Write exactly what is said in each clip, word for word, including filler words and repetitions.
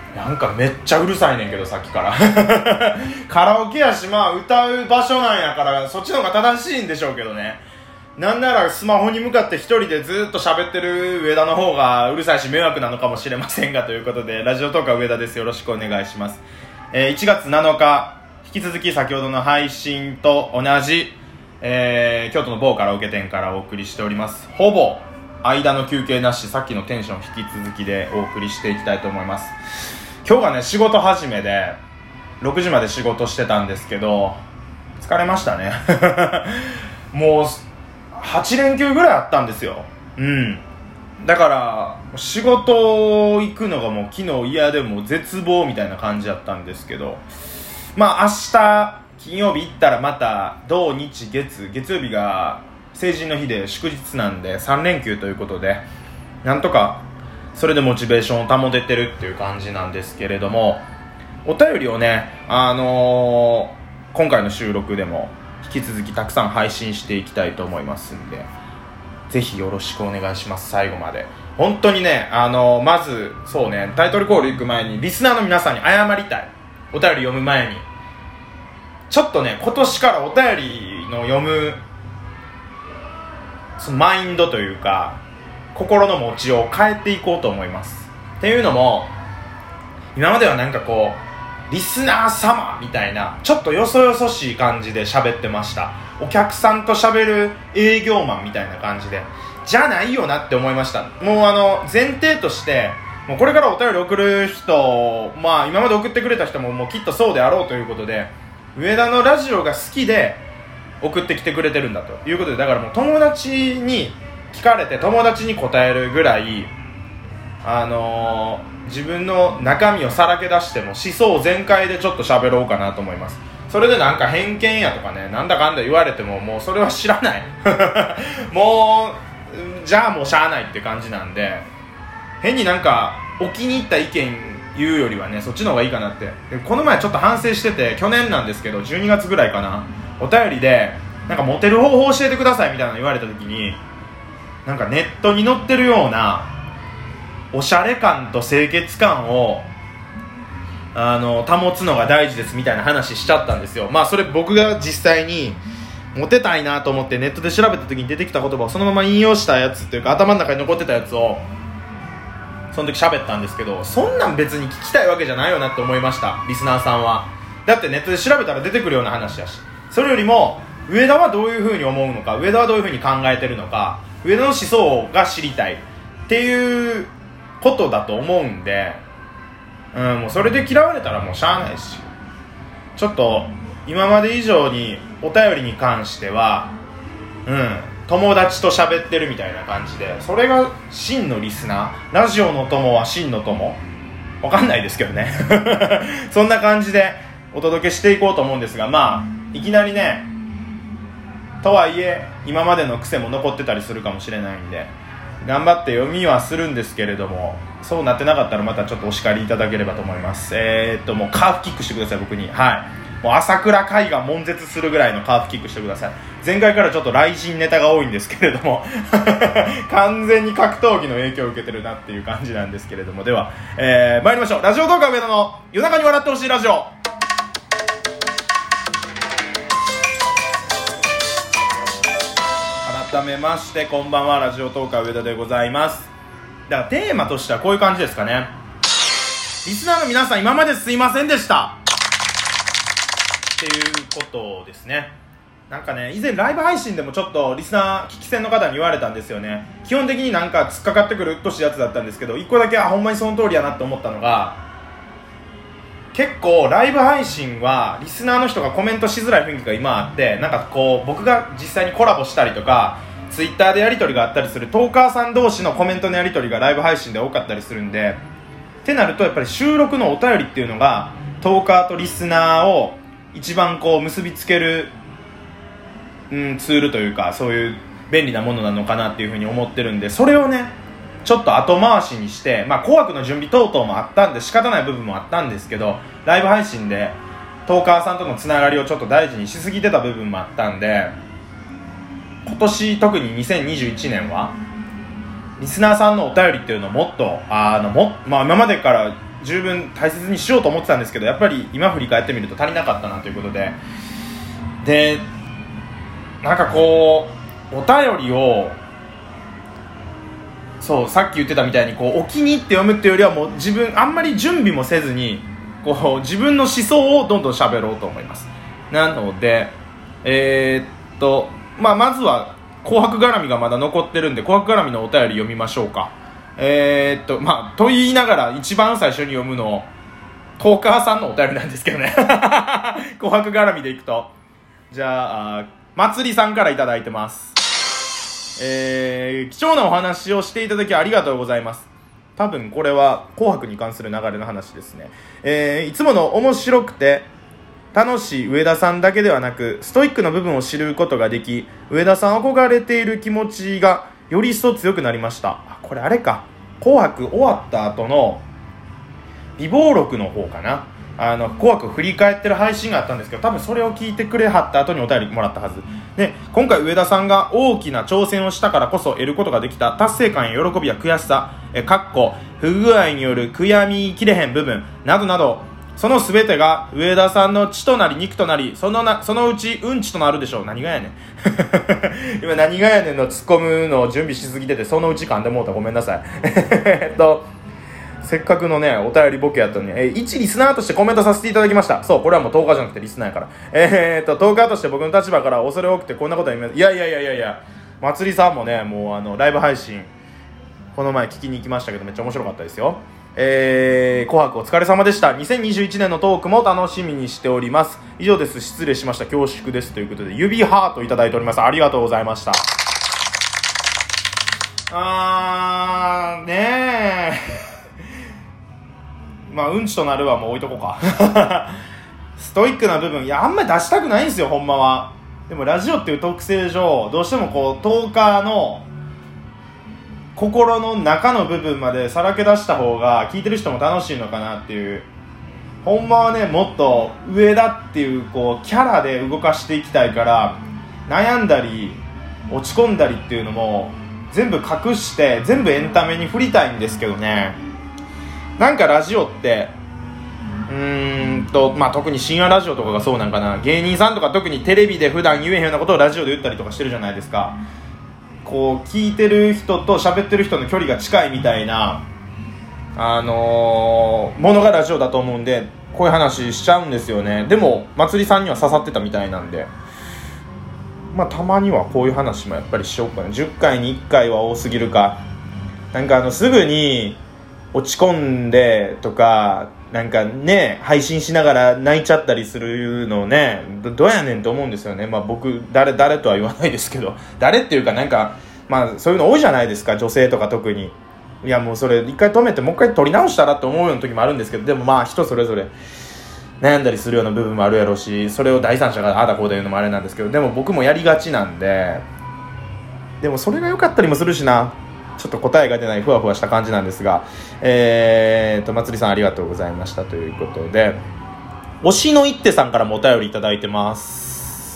なんかめっちゃうるさいねんけどさっきからカラオケやし、まあ歌う場所なんやからそっちの方が正しいんでしょうけどね。なんならスマホに向かって一人でずっと喋ってる上田の方がうるさいし迷惑なのかもしれませんが、ということでラジオトークは上田です。よろしくお願いします。えー、いちがつなのか引き続き先ほどの配信と同じ、えー、京都の某カラオケ店からお送りしております。ほぼ間の休憩なし、さっきのテンション引き続きでお送りしていきたいと思います。今日がね仕事始めでろくじまで仕事してたんですけど疲れましたねもうはちれんきゅうぐらいあったんですよ。うんだから仕事行くのがもう昨日嫌でも絶望みたいな感じだったんですけど、まあ明日金曜日行ったらまた土日月月曜日が成人の日で祝日なんでさんれんきゅうということで、なんとかそれでモチベーションを保ててるっていう感じなんですけれども、お便りをね、あのー、今回の収録でも引き続きたくさん配信していきたいと思いますんで、ぜひよろしくお願いします。最後まで本当にね、あのー、まずそうね、タイトルコール行く前にリスナーの皆さんに謝りたい。お便り読む前にちょっとね、今年からお便りの読むそのマインドというか心の持ちを変えていこうと思います。っていうのも今まではなんかこうリスナー様みたいなちょっとよそよそしい感じで喋ってました。お客さんと喋る営業マンみたいな感じでじゃないよなって思いました。もうあの前提としてもうこれからお便り送る人、まあ今まで送ってくれた人ももうきっとそうであろうということで、上田のラジオが好きで送ってきてくれてるんだということで、だからもう友達に聞かれて友達に答えるぐらい、あのー、自分の中身をさらけ出しても思想全開でちょっと喋ろうかなと思います。それでなんか偏見やとかね、なんだかんだ言われてももうそれは知らないもうじゃあもうしゃあないって感じなんで、変になんかお気に入った意見言うよりはねそっちの方がいいかなって。でこの前ちょっと反省してて、去年なんですけどじゅうにがつぐらいかな、お便りでなんかモテる方法教えてくださいみたいなの言われた時に、なんかネットに載ってるようなおしゃれ感と清潔感をあの保つのが大事ですみたいな話しちゃったんですよ。まあそれ僕が実際にモテたいなと思ってネットで調べた時に出てきた言葉をそのまま引用したやつっていうか頭の中に残ってたやつをその時喋ったんですけど、そんなん別に聞きたいわけじゃないよなって思いました。リスナーさんはだってネットで調べたら出てくるような話だし、それよりも上田はどういう風に思うのか、上田はどういう風に考えてるのか、上田の思想が知りたいっていうことだと思うんで、うん、もうそれで嫌われたらもうしゃあないし、ちょっと今まで以上にお便りに関してはうん友達と喋ってるみたいな感じで、それが真のリスナー、ラジオの友は真の友わかんないですけどねそんな感じでお届けしていこうと思うんですが、まあいきなりね、とはいえ今までの癖も残ってたりするかもしれないんで頑張って読みはするんですけれども、そうなってなかったらまたちょっとお叱りいただければと思います。えーっともうカーフキックしてください僕に。はい、もう朝倉海が悶絶するぐらいのカーフキックしてください。前回からちょっと雷神ネタが多いんですけれども完全に格闘技の影響を受けてるなっていう感じなんですけれども、では、えー、参りましょう。ラジオ動画上田の夜中に笑ってほしいラジオ。改めましてこんばんは、ラジオトーカー上田でございます。だからテーマとしてはこういう感じですかね。リスナーの皆さん今まですいませんでしたっていうことですね。なんかね、以前ライブ配信でもちょっとリスナー聞き戦の方に言われたんですよね。基本的になんか突っかかってくるうっとしいやつだったんですけど、一個だけあほんまにその通りやなって思ったのが、結構ライブ配信はリスナーの人がコメントしづらい雰囲気が今あって、なんかこう僕が実際にコラボしたりとかツイッターでやり取りがあったりするトーカーさん同士のコメントのやり取りがライブ配信で多かったりするんで、ってなるとやっぱり収録のお便りっていうのがトーカーとリスナーを一番こう結びつける、うん、ツールというかそういう便利なものなのかなっていうふうに思ってるんで、それをねちょっと後回しにして、まあ紅白の準備等々もあったんで仕方ない部分もあったんですけど、ライブ配信でトーカーさんとのつながりをちょっと大事にしすぎてた部分もあったんで、今年特ににせんにじゅういちねんはリスナーさんのお便りっていうのをもっとあのも、まあ、今までから十分大切にしようと思ってたんですけど、やっぱり今振り返ってみると足りなかったなということで、でなんかこうお便りをそうさっき言ってたみたいにこうお気に入って読むっていうよりはもう自分あんまり準備もせずにこう自分の思想をどんどん喋ろうと思います。なのでえー、っと、まあ、まずは紅白絡みがまだ残ってるんで紅白絡みのお便り読みましょうか。えー、っとまあと言いながら一番最初に読むのトーカーさんのお便りなんですけどね紅白絡みでいくとじゃあまつりさんからいただいてます。えー、貴重なお話をしていただきありがとうございます。多分これは紅白に関する流れの話ですね。えー、いつもの面白くて楽しい上田さんだけではなくストイックな部分を知ることができ、上田さん憧れている気持ちがより一層強くなりました。あ、これあれか、紅白終わった後の美貌録の方かな、あの紅白振り返ってる配信があったんですけど、多分それを聞いてくれはった後にお便りもらったはずで、今回上田さんが大きな挑戦をしたからこそ得ることができた達成感や喜びや悔しさ、えかっこ不具合による悔やみきれへん部分などなど、その全てが上田さんの血となり肉となり、そのなそのうちうんちとなるでしょう。何がやねん今何がやねんの突っ込むのを準備しすぎててそのうち噛んでもうた、ごめんなさいえっとせっかくのねお便りボケやったのに、えー、一リスナーとしてコメントさせていただきました。そう、これはもうトーカーじゃなくてリスナーやから、えー、っとトーカーとして僕の立場から恐れ多くてこんなことは言います。いやいやいやいやいや、まつりさんもね、もうあのライブ配信この前聞きに行きましたけどめっちゃ面白かったですよ。えー、紅白お疲れ様でした。にせんにじゅういちねんのトークも楽しみにしております。以上です。失礼しました。恐縮です。ということで指ハートいただいております。ありがとうございました。あーねーまあうんちとなるはもう置いとこうかストイックな部分、いやあんまり出したくないんですよほんまは。でもラジオっていう特性上どうしてもこうトーカーの心の中の部分までさらけ出した方が聞いてる人も楽しいのかなっていう。ほんまはねもっと上だっていうこうキャラで動かしていきたいから、悩んだり落ち込んだりっていうのも全部隠して全部エンタメに振りたいんですけどね。なんかラジオってうーんとまあ特に深夜ラジオとかがそうなんかな、芸人さんとか特にテレビで普段言えへんようなことをラジオで言ったりとかしてるじゃないですか。こう聞いてる人と喋ってる人の距離が近いみたいなあのー、ものがラジオだと思うんでこういう話しちゃうんですよね。でもまつりさんには刺さってたみたいなんで、まあたまにはこういう話もやっぱりしようかな。じゅっかいにいっかいは多すぎるか。なんかあのすぐに落ち込んでとかなんかね配信しながら泣いちゃったりするのね ど, どうやねんと思うんですよね。まあ僕誰誰とは言わないですけど、誰っていうかなんかまあそういうの多いじゃないですか、女性とか特に。いやもうそれ一回止めてもう一回撮り直したらって思うような時もあるんですけど、でもまあ人それぞれ悩んだりするような部分もあるやろうし、それを第三者がああだこうだ言うのもあれなんですけど、でも僕もやりがちなんで、でもそれが良かったりもするしな。ちょっと答えが出ないふわふわした感じなんですが、えーとまつりさんありがとうございましたということで、推しの一手さんからもお便りいただいてます。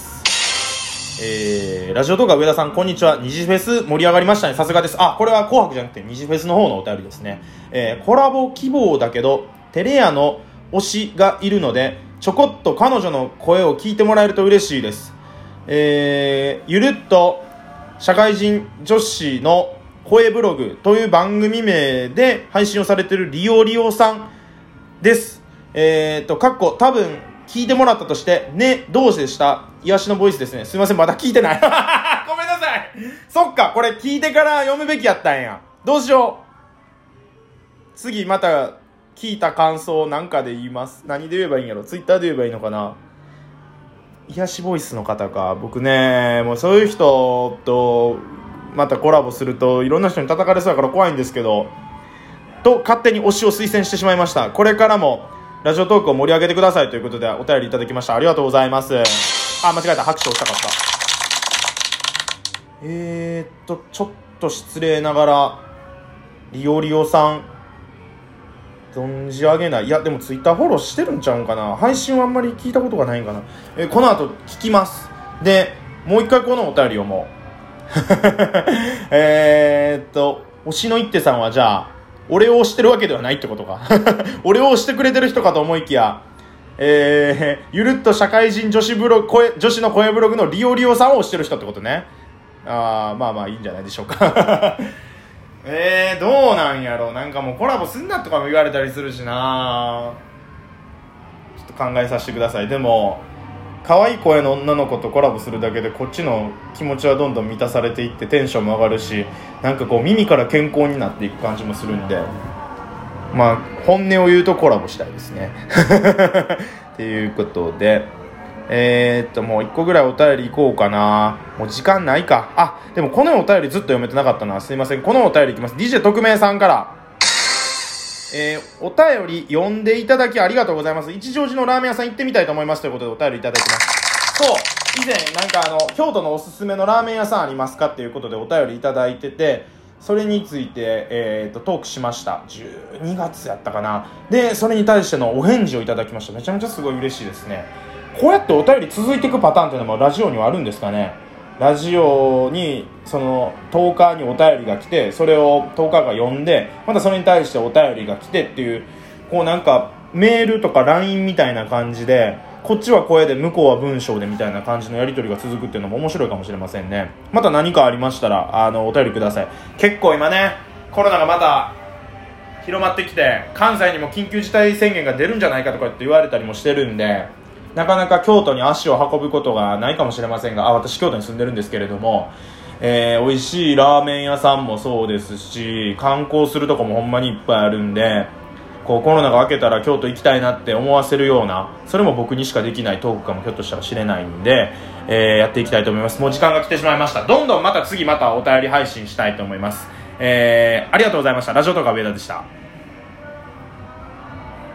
えー、ラジオ動画上田さんこんにちは。二次フェス盛り上がりましたね。さすがです。あ、これは紅白じゃなくて二次フェスの方のお便りですね。えー、コラボ希望だけどテレアの推しがいるのでちょこっと彼女の声を聞いてもらえると嬉しいです。えー、ゆるっと社会人女子の声ブログという番組名で配信をされているリオリオさんです。えーとかっこ多分聞いてもらったとしてね、どうでした？癒しのボイスですね。すいません、まだ聞いてないごめんなさい。そっか、これ聞いてから読むべきやったんや。どうしよう。次また聞いた感想なんかで言います。何で言えばいいんやろ。ツイッターで言えばいいのかな。癒しボイスの方か。僕ねもうそういう人とまたコラボするといろんな人に叩かれそうだから怖いんですけど、と勝手に推しを推薦してしまいました。これからもラジオトークを盛り上げてくださいということでお便りいただきました。ありがとうございます。あ、間違えた、拍手をしたかった。えーっとちょっと失礼ながらリオリオさん存じ上げない。いやでもツイッターフォローしてるんちゃうんかな。配信はあんまり聞いたことがないんかな。えー、この後聞きます。でもう一回このお便りをもうえーっと推しの一手さんはじゃあ俺を推してるわけではないってことか俺を推してくれてる人かと思いきや、えー、ゆるっと社会人女子ブログ声女子の声ブログのリオリオさんを推してる人ってことね。あーまあまあいいんじゃないでしょうかえー、どうなんやろう。なんかもうコラボすんなとかも言われたりするしな。ちょっと考えさせてください。でも可愛い声の女の子とコラボするだけでこっちの気持ちはどんどん満たされていってテンションも上がるし、なんかこう耳から健康になっていく感じもするんで、まあ本音を言うとコラボしたいですねっていうことで、えー、っともう一個ぐらいお便りいこうかな。もう時間ないか。あ、でもこのお便りずっと読めてなかったな。すいません。このお便りいきます。 ディージェー 特命さんから、えー、お便り読んでいただきありがとうございます。一乗寺のラーメン屋さん行ってみたいと思いますということでお便りいただきます。そう、以前なんかあの京都のおすすめのラーメン屋さんありますかっていうことでお便りいただいてて、それについて、えー、とトークしました。じゅうにがつやったかな。でそれに対してのお返事をいただきました。めちゃめちゃすごい嬉しいですね。こうやってお便り続いていくパターンっていうのもラジオにはあるんですかね。ラジオにそのトーカーにお便りが来て、それをトーカーが読んで、またそれに対してお便りが来てっていう、こうなんかメールとか ライン みたいな感じで、こっちは声で向こうは文章でみたいな感じのやり取りが続くっていうのも面白いかもしれませんね。また何かありましたらあのお便りください。結構今ねコロナがまた広まってきて、関西にも緊急事態宣言が出るんじゃないかとかって言われたりもしてるんで、なかなか京都に足を運ぶことがないかもしれませんが、あ、私京都に住んでるんですけれども、えー、美味しいラーメン屋さんもそうですし、観光するとこもほんまにいっぱいあるんで、こうコロナが明けたら京都行きたいなって思わせるような、それも僕にしかできないトークかもひょっとしたら知れないんで、えー、やっていきたいと思います。もう時間が来てしまいました。どんどんまた次またお便り配信したいと思います。えー、ありがとうございました。ラジオトーカー上田でした。